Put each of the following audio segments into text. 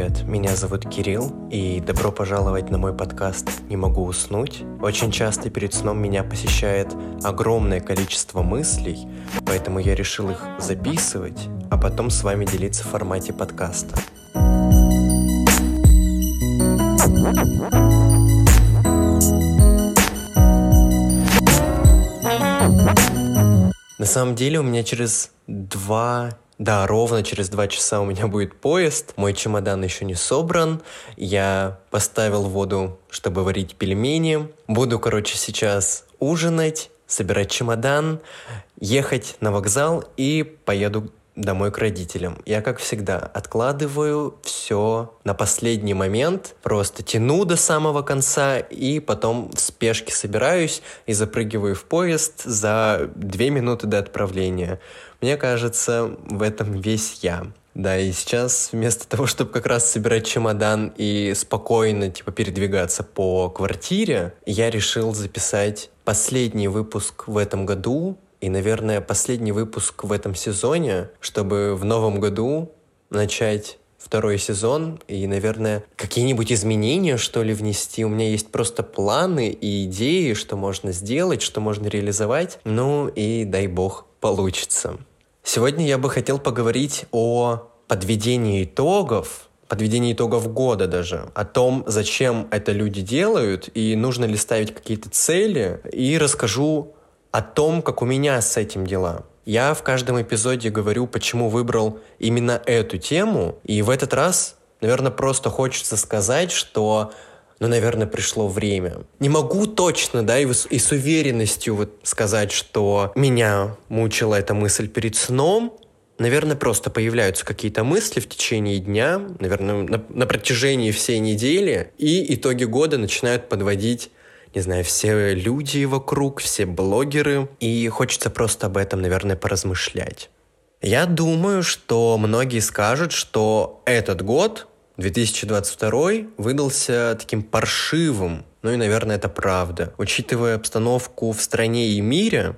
привет! Меня зовут Кирилл, и добро пожаловать на мой подкаст «Не могу уснуть». Очень часто перед сном меня посещает огромное количество мыслей, поэтому я решил их записывать, а потом с вами делиться в формате подкаста. На самом деле у меня ровно через 2 часа у меня будет поезд. Мой чемодан еще не собран. Я поставил воду, чтобы варить пельмени. Буду, сейчас ужинать, собирать чемодан, ехать на вокзал и поеду домой к родителям. Я, как всегда, откладываю все на последний момент, просто тяну до самого конца и потом в спешке собираюсь и запрыгиваю в поезд за 2 минуты до отправления. Мне кажется, в этом весь я. Да, и сейчас вместо того, чтобы как раз собирать чемодан и спокойно передвигаться по квартире, я решил записать последний выпуск в этом году и, наверное, последний выпуск в этом сезоне, чтобы в новом году начать 2 сезон и, наверное, какие-нибудь изменения, внести. У меня есть просто планы и идеи, что можно сделать, что можно реализовать. И дай бог получится. Сегодня я бы хотел поговорить о подведении итогов года даже, о том, зачем это люди делают и нужно ли ставить какие-то цели, и расскажу о том, как у меня с этим дела. Я в каждом эпизоде говорю, почему выбрал именно эту тему, и в этот раз, наверное, просто хочется сказать, что наверное, пришло время. Не могу точно, и с уверенностью сказать, что меня мучила эта мысль перед сном. Наверное, просто появляются какие-то мысли в течение дня, наверное, на протяжении всей недели, и итоги года начинают подводить, все люди вокруг, все блогеры, и хочется просто об этом, наверное, поразмышлять. Я думаю, что многие скажут, что этот год 2022 выдался таким паршивым. И, наверное, это правда. Учитывая обстановку в стране и мире,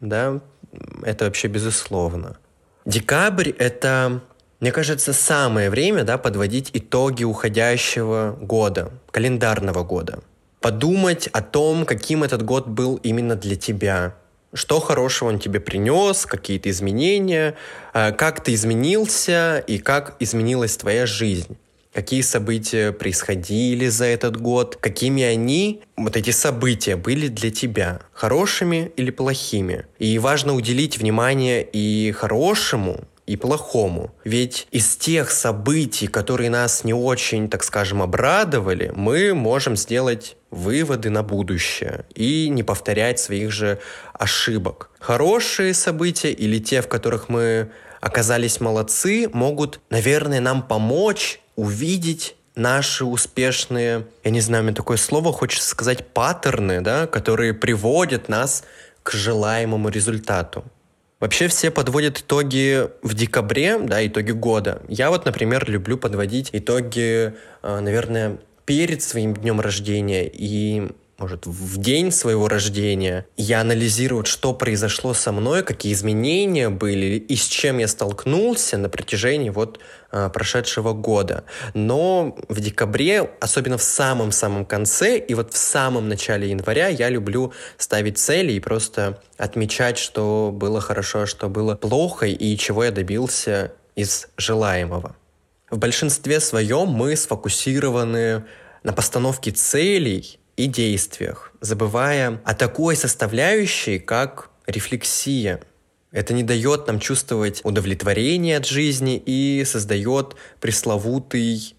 это вообще безусловно. Декабрь — это, мне кажется, самое время, подводить итоги уходящего года, календарного года. Подумать о том, каким этот год был именно для тебя. Что хорошего он тебе принес, какие-то изменения, как ты изменился и как изменилась твоя жизнь. Какие события происходили за этот год, какими эти события были для тебя, хорошими или плохими. И важно уделить внимание и хорошему, и плохому. Ведь из тех событий, которые нас не очень, обрадовали, мы можем сделать выводы на будущее и не повторять своих же ошибок. Хорошие события или те, в которых мы оказались молодцы, могут, наверное, нам помочь увидеть наши успешные, мне такое слово хочется сказать, паттерны, которые приводят нас к желаемому результату. Вообще все подводят итоги в декабре, итоги года. Я например, люблю подводить итоги, наверное, перед своим днем рождения и, может, в день своего рождения. Я анализирую, что произошло со мной, какие изменения были и с чем я столкнулся на протяжении прошедшего года. Но в декабре, особенно в самом-самом конце и в самом начале января, я люблю ставить цели и просто отмечать, что было хорошо, а что было плохо и чего я добился из желаемого. В большинстве своем мы сфокусированы на постановке целей и действиях, забывая о такой составляющей, как рефлексия. Это не дает нам чувствовать удовлетворение от жизни и создает пресловутый,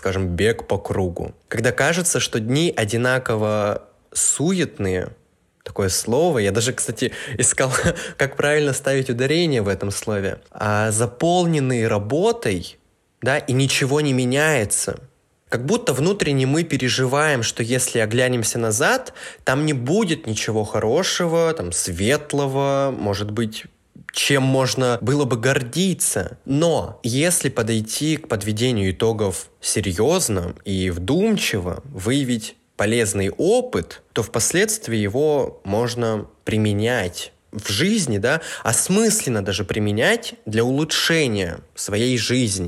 бег по кругу. Когда кажется, что дни одинаково суетные, такое слово, я даже, кстати, искал, как правильно ставить ударение в этом слове, заполненные работой, и ничего не меняется. Как будто внутренне мы переживаем, что если оглянемся назад, там не будет ничего хорошего, светлого, может быть, чем можно было бы гордиться. Но если подойти к подведению итогов серьезно и вдумчиво, выявить полезный опыт, то впоследствии его можно применять в жизни, осмысленно даже применять для улучшения своей жизни.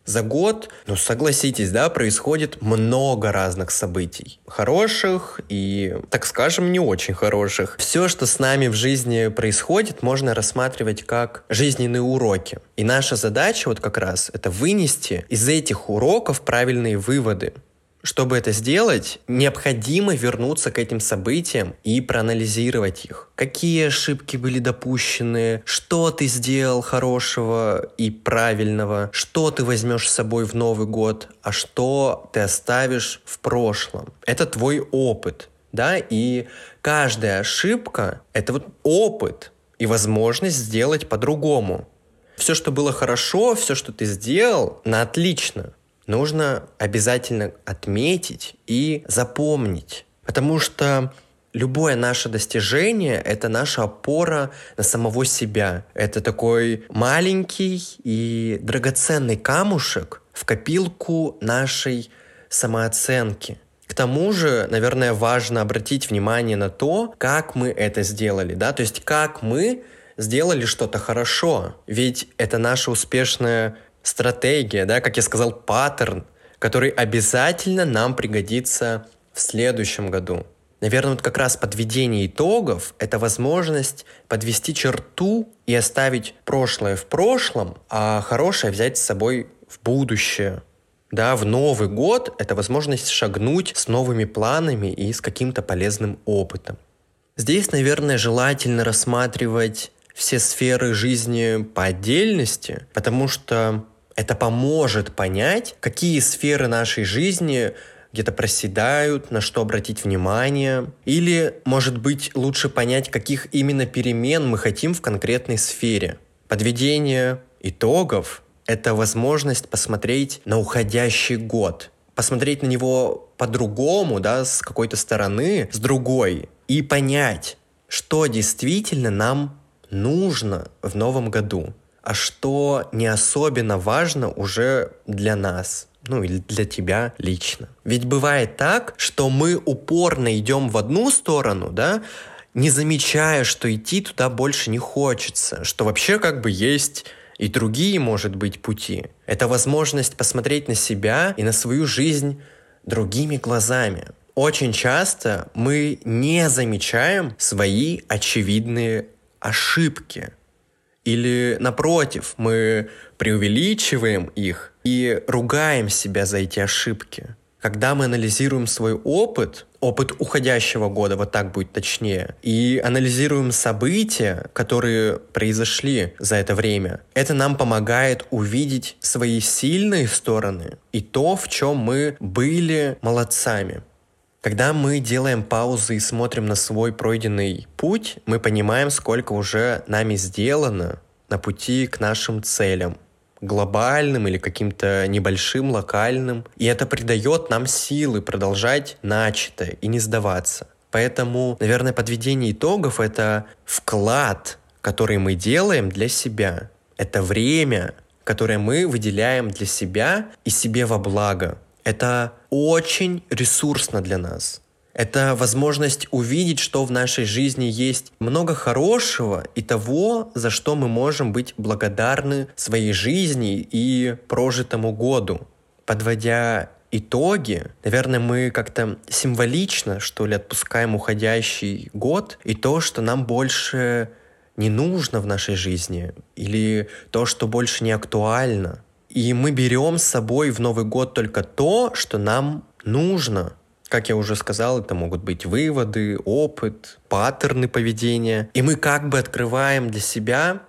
За год, согласитесь, да, происходит много разных событий. Хороших и, так скажем, не очень хороших. Все, что с нами в жизни происходит, можно рассматривать как жизненные уроки. И наша задача вот как раз это вынести из этих уроков правильные выводы. Чтобы это сделать, необходимо вернуться к этим событиям и проанализировать их. Какие ошибки были допущены, что ты сделал хорошего и правильного, что ты возьмешь с собой в Новый год, а что ты оставишь в прошлом. Это твой опыт, да, и каждая ошибка — это вот опыт и возможность сделать по-другому. Все, что было хорошо, все, что ты сделал, на отлично. Нужно обязательно отметить и запомнить. Потому что любое наше достижение — это наша опора на самого себя. Это такой маленький и драгоценный камушек в копилку нашей самооценки. К тому же, наверное, важно обратить внимание на то, как мы это сделали, да, то есть как мы сделали что-то хорошо. Ведь это наша успешная стратегия, да, как я сказал, паттерн, который обязательно нам пригодится в следующем году. Наверное, вот как раз подведение итогов — это возможность подвести черту и оставить прошлое в прошлом, а хорошее взять с собой в будущее. Да, в Новый год — это возможность шагнуть с новыми планами и с каким-то полезным опытом. Здесь, наверное, желательно рассматривать все сферы жизни по отдельности, потому что это поможет понять, какие сферы нашей жизни где-то проседают, на что обратить внимание. Или, может быть, лучше понять, каких именно перемен мы хотим в конкретной сфере. Подведение итогов — это возможность посмотреть на уходящий год, посмотреть на него по-другому, да, с какой-то стороны, с другой, и понять, что действительно нам нужно в новом году, а что не особенно важно уже для нас, или для тебя лично. Ведь бывает так, что мы упорно идем в одну сторону, да, не замечая, что идти туда больше не хочется, что вообще как бы есть и другие, может быть, пути. Это возможность посмотреть на себя и на свою жизнь другими глазами. Очень часто мы не замечаем свои очевидные ошибки. Или, напротив, мы преувеличиваем их и ругаем себя за эти ошибки. Когда мы анализируем свой опыт уходящего года, вот так будет точнее, и анализируем события, которые произошли за это время, это нам помогает увидеть свои сильные стороны и то, в чем мы были молодцами. Когда мы делаем паузы и смотрим на свой пройденный путь, мы понимаем, сколько уже нами сделано на пути к нашим целям, глобальным или каким-то небольшим, локальным. И это придает нам силы продолжать начатое и не сдаваться. Поэтому, наверное, подведение итогов — это вклад, который мы делаем для себя. Это время, которое мы выделяем для себя и себе во благо. Это очень ресурсно для нас. Это возможность увидеть, что в нашей жизни есть много хорошего и того, за что мы можем быть благодарны своей жизни и прожитому году. Подводя итоги, наверное, мы как-то символично, что ли, отпускаем уходящий год и то, что нам больше не нужно в нашей жизни, или то, что больше не актуально. И мы берем с собой в Новый год только то, что нам нужно. Как я уже сказал, это могут быть выводы, опыт, паттерны поведения. И мы как бы открываем себя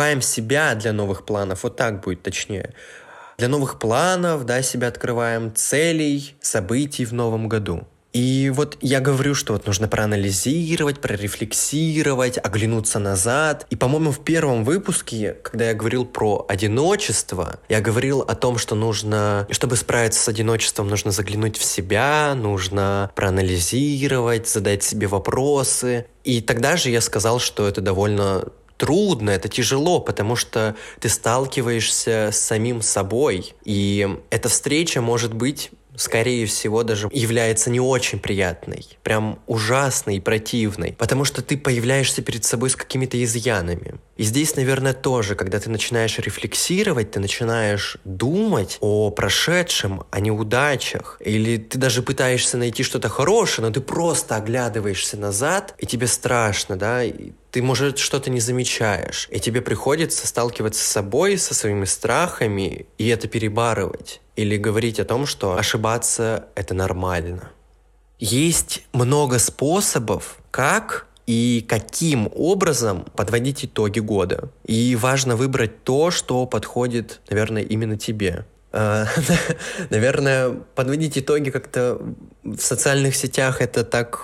для новых планов. Вот так будет точнее. Для новых планов, да, себя открываем, целей, событий в новом году. И вот я говорю, что вот нужно проанализировать, прорефлексировать, оглянуться назад. И, по-моему, в первом выпуске, когда я говорил про одиночество, я говорил о том, что нужно, чтобы справиться с одиночеством, нужно заглянуть в себя, нужно проанализировать, задать себе вопросы. И тогда же я сказал, что это довольно трудно, это тяжело, потому что ты сталкиваешься с самим собой. И эта встреча может быть скорее всего, даже является не очень приятной, прям ужасной и противной, потому что ты появляешься перед собой с какими-то изъянами. И здесь, наверное, тоже, когда ты начинаешь рефлексировать, ты начинаешь думать о прошедшем, о неудачах, или ты даже пытаешься найти что-то хорошее, но ты просто оглядываешься назад, и тебе страшно, да, и ты, может, что-то не замечаешь, и тебе приходится сталкиваться с собой, со своими страхами, и это перебарывать. Или говорить о том, что ошибаться — это нормально. Есть много способов, как и каким образом подводить итоги года. И важно выбрать то, что подходит, наверное, именно тебе. Наверное, подводить итоги как-то в социальных сетях это так...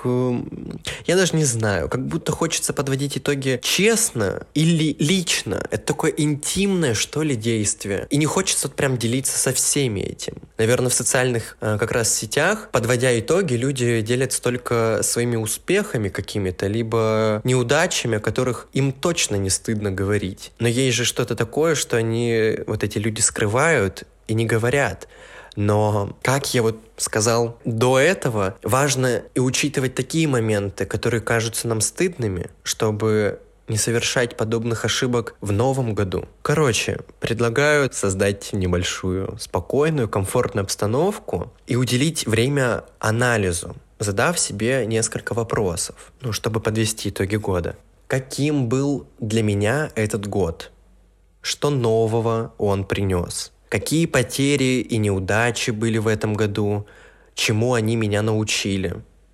Я даже не знаю, как будто хочется подводить итоги честно или лично. Это такое интимное, что ли, действие. И не хочется прям делиться со всеми этим. Наверное, в социальных как раз сетях, подводя итоги, люди делятся только своими успехами какими-то, либо неудачами, о которых им точно не стыдно говорить. Но есть же что-то такое, что они, вот эти люди, скрывают и не говорят. Но, как я вот сказал до этого, важно и учитывать такие моменты, которые кажутся нам стыдными, чтобы не совершать подобных ошибок в новом году. Короче, предлагаю создать небольшую, спокойную, комфортную обстановку и уделить время анализу, задав себе несколько вопросов, чтобы подвести итоги года. Каким был для меня этот год? Что нового он принес? Какие потери и неудачи были в этом году? Чему они меня научили?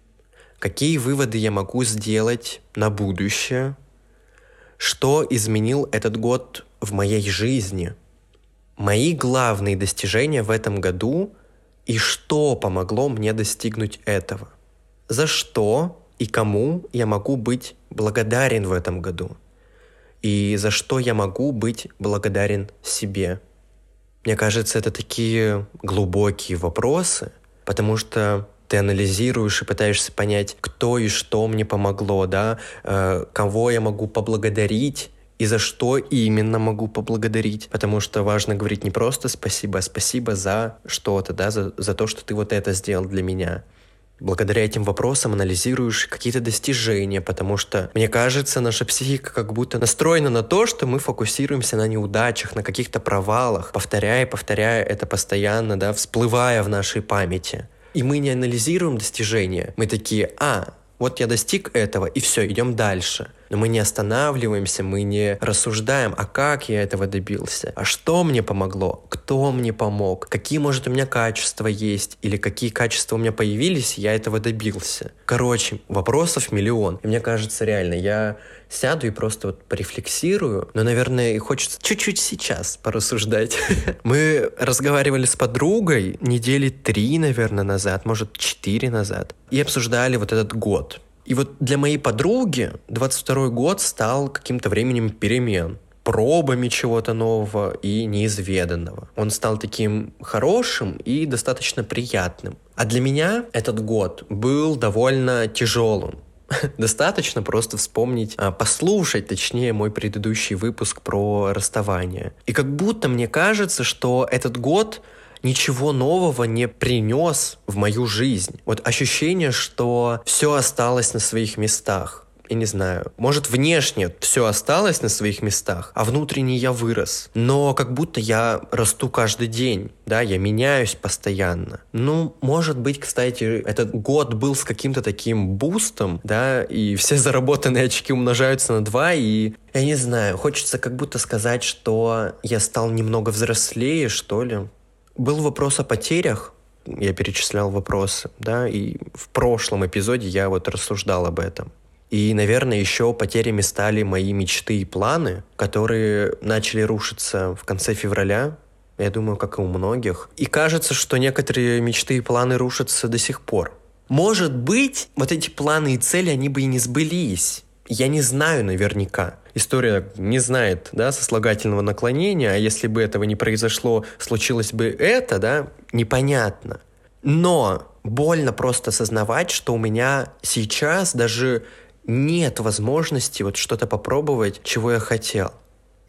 Какие выводы я могу сделать на будущее? Что изменил этот год в моей жизни? Мои главные достижения в этом году и что помогло мне достигнуть этого? За что и кому я могу быть благодарен в этом году? И за что я могу быть благодарен себе? Мне кажется, это такие глубокие вопросы, потому что ты анализируешь и пытаешься понять, кто и что мне помогло, да, кого я могу поблагодарить и за что именно могу поблагодарить. Потому что важно говорить не просто спасибо, а спасибо за что-то, да, за то, что ты вот это сделал для меня. Благодаря этим вопросам анализируешь какие-то достижения, потому что, мне кажется, наша психика как будто настроена на то, что мы фокусируемся на неудачах, на каких-то провалах, повторяя это постоянно, да, всплывая в нашей памяти. И мы не анализируем достижения. Мы такие, вот я достиг этого, и все, идем дальше. Но мы не останавливаемся, мы не рассуждаем, а как я этого добился, а что мне помогло, кто мне помог, какие, может, у меня качества есть, или какие качества у меня появились, я этого добился. Короче, вопросов миллион. И мне кажется, реально, я сяду и просто вот порефлексирую, но, наверное, и хочется чуть-чуть сейчас порассуждать. Мы разговаривали с подругой недели 3, наверное, назад, может, 4 назад, и обсуждали вот этот год. И вот для моей подруги 22-й год стал каким-то временем перемен, пробами чего-то нового и неизведанного. Он стал таким хорошим и достаточно приятным. А для меня этот год был довольно тяжелым. Достаточно просто вспомнить, послушать, точнее, мой предыдущий выпуск про расставание. И как будто мне кажется, что этот год ничего нового не принес в мою жизнь. Вот ощущение, что все осталось на своих местах. Я не знаю, может, внешне все осталось на своих местах, а внутренне я вырос. Но как будто я расту каждый день, да, я меняюсь постоянно. Может быть, кстати, этот год был с каким-то таким бустом, да, и все заработанные очки умножаются на 2, и я не знаю, хочется как будто сказать, что я стал немного взрослее, что ли. Был вопрос о потерях, я перечислял вопросы, да, и в прошлом эпизоде я вот рассуждал об этом. И, наверное, еще потерями стали мои мечты и планы, которые начали рушиться в конце февраля, я думаю, как и у многих. И кажется, что некоторые мечты и планы рушатся до сих пор. Может быть, вот эти планы и цели, они бы и не сбылись. Я не знаю наверняка. История не знает, да, сослагательного наклонения, а если бы этого не произошло, случилось бы это, да, непонятно. Но больно просто осознавать, что у меня сейчас даже нет возможности вот что-то попробовать, чего я хотел.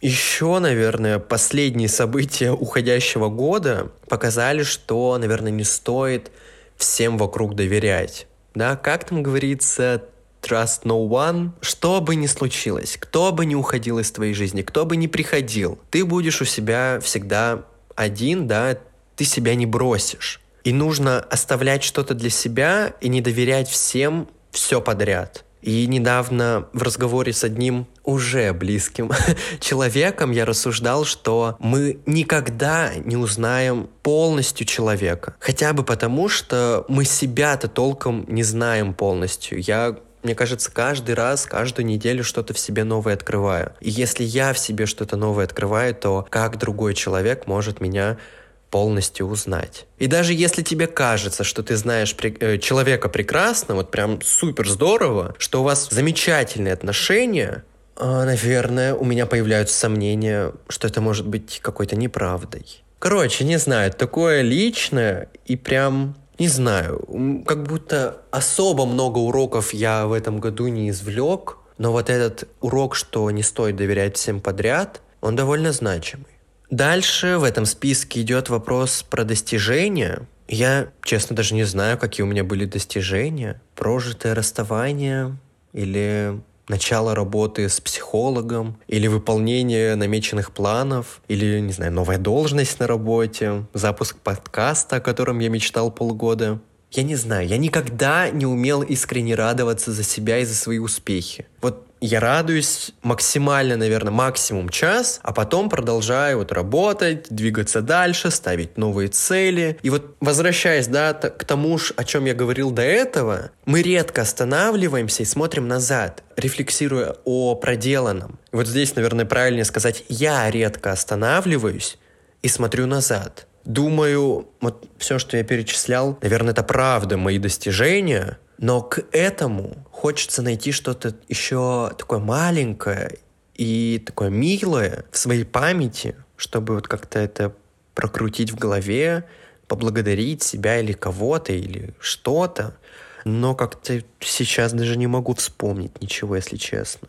Еще, наверное, последние события уходящего года показали, что, наверное, не стоит всем вокруг доверять. Да, как там говорится, trust no one. Что бы ни случилось, кто бы ни уходил из твоей жизни, кто бы ни приходил, ты будешь у себя всегда один, да, ты себя не бросишь. И нужно оставлять что-то для себя и не доверять всем все подряд. И недавно в разговоре с одним уже близким человеком я рассуждал, что мы никогда не узнаем полностью человека. Хотя бы потому, что мы себя-то толком не знаем полностью. Мне кажется, каждый раз, каждую неделю что-то в себе новое открываю. И если я в себе что-то новое открываю, то как другой человек может меня полностью узнать? И даже если тебе кажется, что ты знаешь человека прекрасно, вот прям супер здорово, что у вас замечательные отношения, наверное, у меня появляются сомнения, что это может быть какой-то неправдой. Короче, не знаю, такое личное и прям... Не знаю, как будто особо много уроков я в этом году не извлек, но вот этот урок, что не стоит доверять всем подряд, он довольно значимый. Дальше в этом списке идет вопрос про достижения. Я, честно, даже не знаю, какие у меня были достижения. Прожитое расставание или начало работы с психологом, или выполнение намеченных планов, или, не знаю, новая должность на работе, запуск подкаста, о котором я мечтал полгода. Я не знаю, я никогда не умел искренне радоваться за себя и за свои успехи. Вот я радуюсь максимально, наверное, максимум час, а потом продолжаю вот работать, двигаться дальше, ставить новые цели. И вот возвращаясь, да, к тому, о чем я говорил до этого, мы редко останавливаемся и смотрим назад, рефлексируя о проделанном. И вот здесь, наверное, правильнее сказать, я редко останавливаюсь и смотрю назад. Думаю, вот все, что я перечислял, наверное, это правда мои достижения, но к этому хочется найти что-то еще такое маленькое и такое милое в своей памяти, чтобы вот как-то это прокрутить в голове, поблагодарить себя или кого-то, или что-то. Но как-то сейчас даже не могу вспомнить ничего, если честно.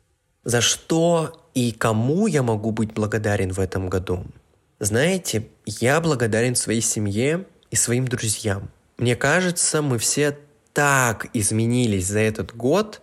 За что и кому я могу быть благодарен в этом году? Знаете, я благодарен своей семье и своим друзьям. Мне кажется, мы все так изменились за этот год.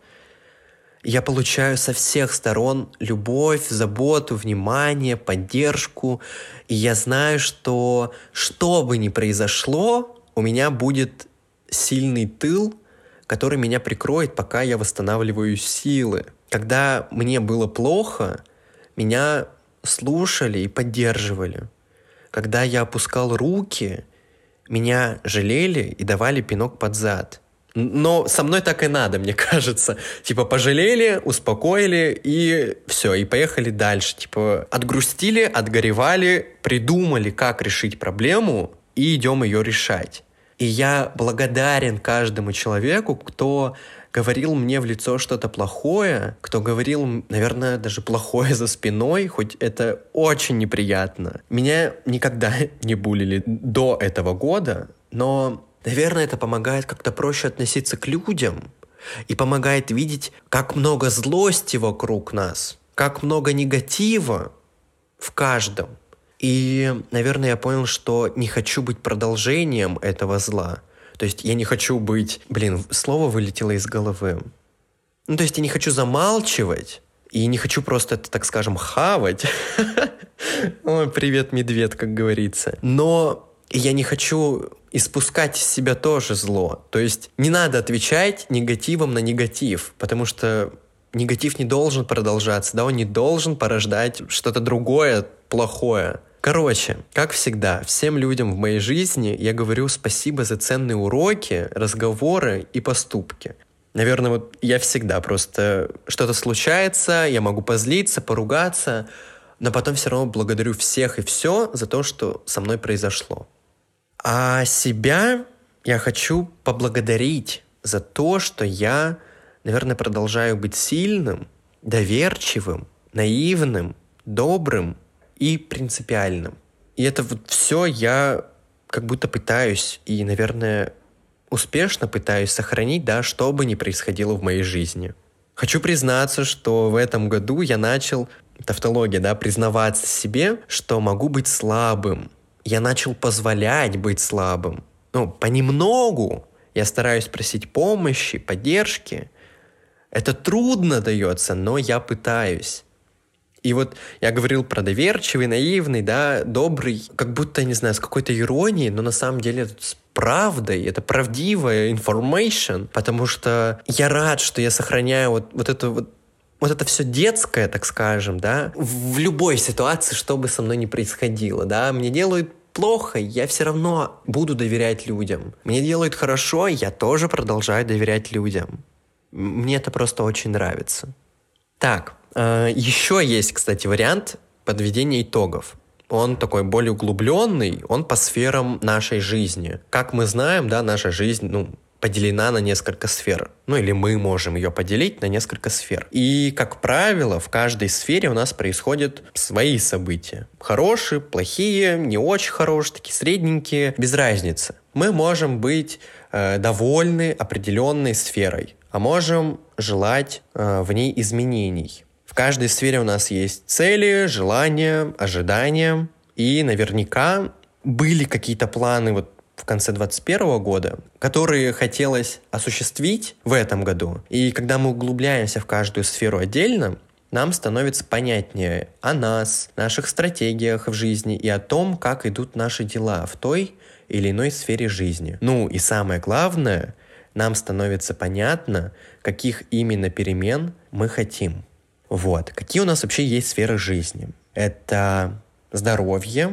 Я получаю со всех сторон любовь, заботу, внимание, поддержку. И я знаю, что бы ни произошло, у меня будет сильный тыл, который меня прикроет, пока я восстанавливаю силы. Когда мне было плохо, меня слушали и поддерживали. Когда я опускал руки, меня жалели и давали пинок под зад. Но со мной так и надо, мне кажется. Типа пожалели, успокоили и все, и поехали дальше. Типа отгрустили, отгоревали, придумали, как решить проблему и идем ее решать. И я благодарен каждому человеку, кто говорил мне в лицо что-то плохое, кто говорил, наверное, даже плохое за спиной, хоть это очень неприятно. Меня никогда не булили до этого года, но, наверное, это помогает как-то проще относиться к людям и помогает видеть, как много злости вокруг нас, как много негатива в каждом. И, наверное, я понял, что не хочу быть продолжением этого зла. То есть я не хочу быть... слово вылетело из головы. То есть я не хочу замалчивать и не хочу просто это, так скажем, хавать. Ой, привет, медведь, как говорится. Но я не хочу испускать из себя тоже зло. То есть не надо отвечать негативом на негатив, потому что негатив не должен продолжаться, да, он не должен порождать что-то другое, плохое. Короче, как всегда, всем людям в моей жизни я говорю спасибо за ценные уроки, разговоры и поступки. Наверное, вот я всегда просто что-то случается, я могу позлиться, поругаться, но потом все равно благодарю всех и все за то, что со мной произошло. А себя я хочу поблагодарить за то, что я, наверное, продолжаю быть сильным, доверчивым, наивным, добрым и принципиальным. И это вот все я как будто пытаюсь и, наверное, успешно пытаюсь сохранить, да, что бы ни происходило в моей жизни. Хочу признаться, что в этом году я начал, тавтология, да, признаваться себе, что могу быть слабым. Я начал позволять быть слабым. Понемногу я стараюсь просить помощи, поддержки. Это трудно дается, но я пытаюсь. И вот я говорил про доверчивый, наивный, да, добрый, как будто, не знаю, с какой-то иронией, но на самом деле это с правдой, это правдивая information, потому что я рад, что я сохраняю вот это все детское, так скажем, да, в любой ситуации, что бы со мной ни происходило, да, мне делают плохо, я все равно буду доверять людям. Мне делают хорошо, я тоже продолжаю доверять людям. Мне это просто очень нравится. Так, еще есть, кстати, вариант подведения итогов. Он такой более углубленный, он по сферам нашей жизни. Как мы знаем, да, наша жизнь, поделена на несколько сфер. Или мы можем ее поделить на несколько сфер. И, как правило, в каждой сфере у нас происходят свои события. Хорошие, плохие, не очень хорошие, такие средненькие, без разницы. Мы можем быть довольны определенной сферой, а можем желать в ней изменений. В каждой сфере у нас есть цели, желания, ожидания. И наверняка были какие-то планы в конце 2021 года, которые хотелось осуществить в этом году. И когда мы углубляемся в каждую сферу отдельно, нам становится понятнее о нас, наших стратегиях в жизни и о том, как идут наши дела в той или иной сфере жизни. И самое главное, нам становится понятно, каких именно перемен мы хотим. Какие у нас вообще есть сферы жизни? Это здоровье,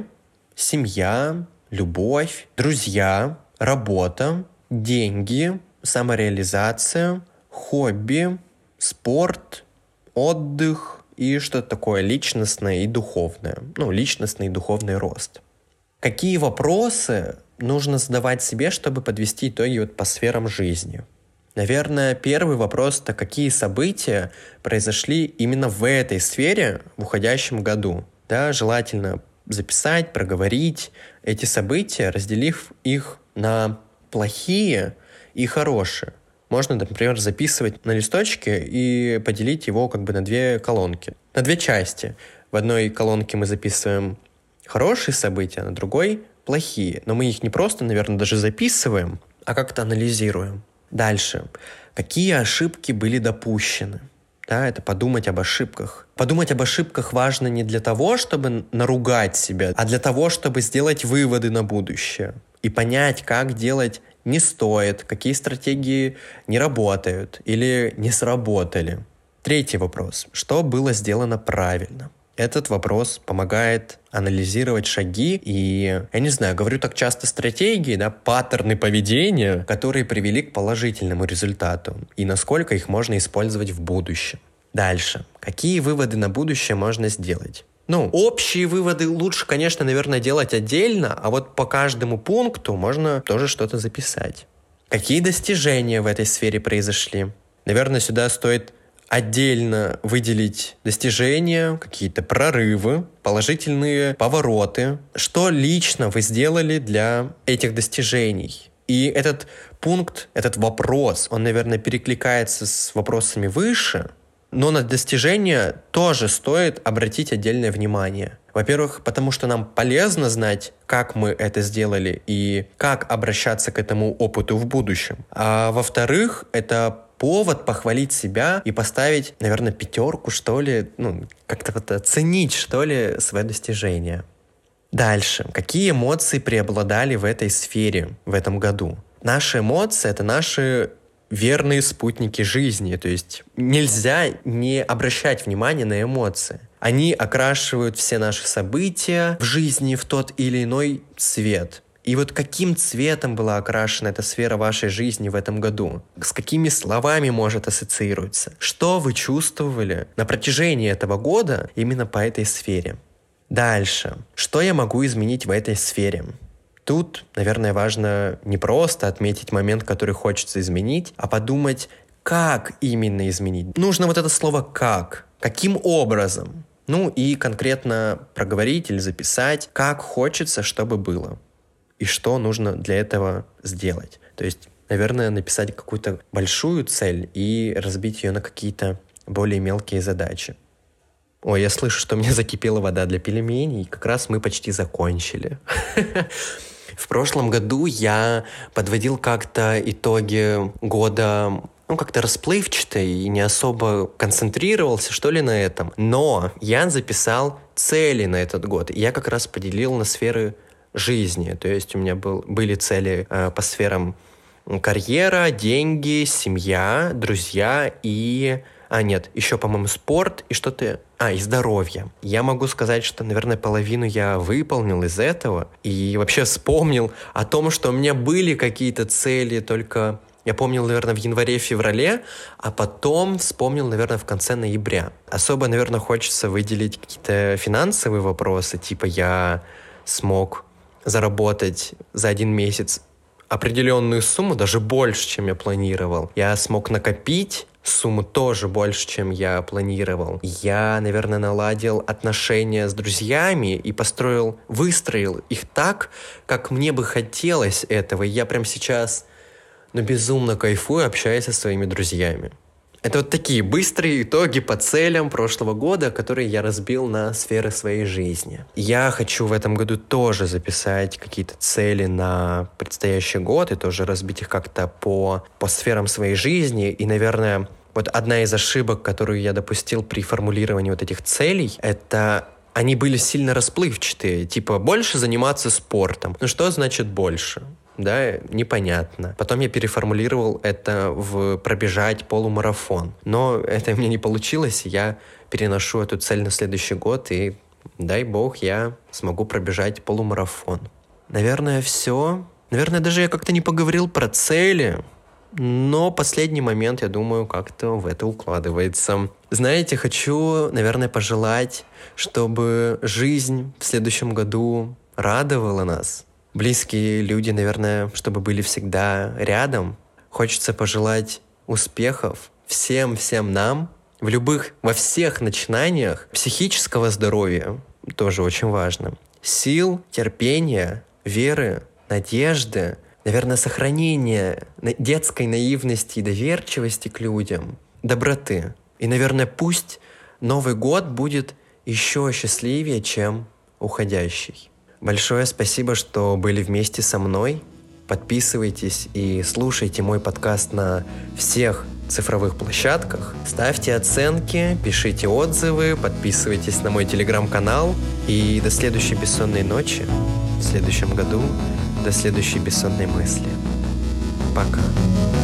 семья, любовь, друзья, работа, деньги, самореализация, хобби, спорт, отдых и что-то такое личностное и духовное. Личностный и духовный рост. Какие вопросы нужно задавать себе, чтобы подвести итоги по сферам жизни? Наверное, первый вопрос – это какие события произошли именно в этой сфере в уходящем году. Да, желательно записать, проговорить эти события, разделив их на плохие и хорошие. Можно, например, записывать на листочке и поделить его на две колонки, на две части. В одной колонке мы записываем хорошие события, а на другой – плохие. Но мы их не просто, наверное, даже записываем, а как-то анализируем. Дальше. Какие ошибки были допущены? Да, это подумать об ошибках. Подумать об ошибках важно не для того, чтобы наругать себя, а для того, чтобы сделать выводы на будущее и понять, как делать не стоит, какие стратегии не работают или не сработали. Третий вопрос. Что было сделано правильно? Этот вопрос помогает анализировать шаги и, я не знаю, говорю так часто стратегии, да, паттерны поведения, которые привели к положительному результату и насколько их можно использовать в будущем. Дальше. Какие выводы на будущее можно сделать? Общие выводы лучше, конечно, наверное, делать отдельно, а по каждому пункту можно тоже что-то записать. Какие достижения в этой сфере произошли? Наверное, сюда стоит отдельно выделить достижения, какие-то прорывы, положительные повороты. Что лично вы сделали для этих достижений? И этот пункт, этот вопрос, он, наверное, перекликается с вопросами выше, но на достижения тоже стоит обратить отдельное внимание. Во-первых, потому что нам полезно знать, как мы это сделали и как обращаться к этому опыту в будущем. А во-вторых, это повод похвалить себя и поставить, наверное, 5, что ли, как-то оценить, что ли, свои достижения. Дальше. Какие эмоции преобладали в этой сфере в этом году? Наши эмоции — это наши верные спутники жизни, то есть нельзя не обращать внимания на эмоции. Они окрашивают все наши события в жизни в тот или иной цвет. И каким цветом была окрашена эта сфера вашей жизни в этом году? С какими словами может ассоциироваться? Что вы чувствовали на протяжении этого года именно по этой сфере? Дальше. Что я могу изменить в этой сфере? Тут, наверное, важно не просто отметить момент, который хочется изменить, а подумать, как именно изменить. Нужно это слово «как». Каким образом? И конкретно проговорить или записать, как хочется, чтобы было. И что нужно для этого сделать. То есть, наверное, написать какую-то большую цель и разбить ее на какие-то более мелкие задачи. Ой, я слышу, что у меня закипела вода для пельменей, и как раз мы почти закончили. В прошлом году я подводил как-то итоги года, как-то расплывчато и не особо концентрировался, что ли, на этом. Но я записал цели на этот год. И я как раз поделил на сферы жизни. То есть у меня были цели по сферам карьера, деньги, семья, друзья и... нет, еще, по-моему, спорт и что-то... и здоровье. Я могу сказать, что, наверное, половину я выполнил из этого и вообще вспомнил о том, что у меня были какие-то цели, только я помнил, наверное, в январе-феврале, а потом вспомнил, наверное, в конце ноября. Особо, наверное, хочется выделить какие-то финансовые вопросы, типа я смог заработать за 1 месяц определенную сумму, даже больше, чем я планировал. Я смог накопить сумму тоже больше, чем я планировал. Я, наверное, наладил отношения с друзьями и выстроил их так, как мне бы хотелось этого. И я прямо сейчас, безумно кайфую, общаясь со своими друзьями. Это вот такие быстрые итоги по целям прошлого года, которые я разбил на сферы своей жизни. Я хочу в этом году тоже записать какие-то цели на предстоящий год и тоже разбить их как-то по сферам своей жизни. И, наверное, вот одна из ошибок, которую я допустил при формулировании вот этих целей, это они были сильно расплывчатые. Типа, больше заниматься спортом. Что значит больше? Да, непонятно. Потом я переформулировал это в пробежать полумарафон. Но это у меня не получилось, я переношу эту цель на следующий год, и дай бог я смогу пробежать полумарафон. Наверное, все. Наверное, даже я как-то не поговорил про цели, но последний момент, я думаю, как-то в это укладывается. Знаете, хочу, наверное, пожелать, чтобы жизнь в следующем году радовала нас. Близкие люди, наверное, чтобы были всегда рядом. Хочется пожелать успехов всем нам во всех начинаниях, психического здоровья, тоже очень важно, сил, терпения, веры, надежды, наверное, сохранения детской наивности и доверчивости к людям, доброты. И, наверное, пусть Новый год будет еще счастливее, чем уходящий. Большое спасибо, что были вместе со мной. Подписывайтесь и слушайте мой подкаст на всех цифровых площадках. Ставьте оценки, пишите отзывы, подписывайтесь на мой телеграм-канал. И до следующей бессонной ночи в следующем году, до следующей бессонной мысли. Пока.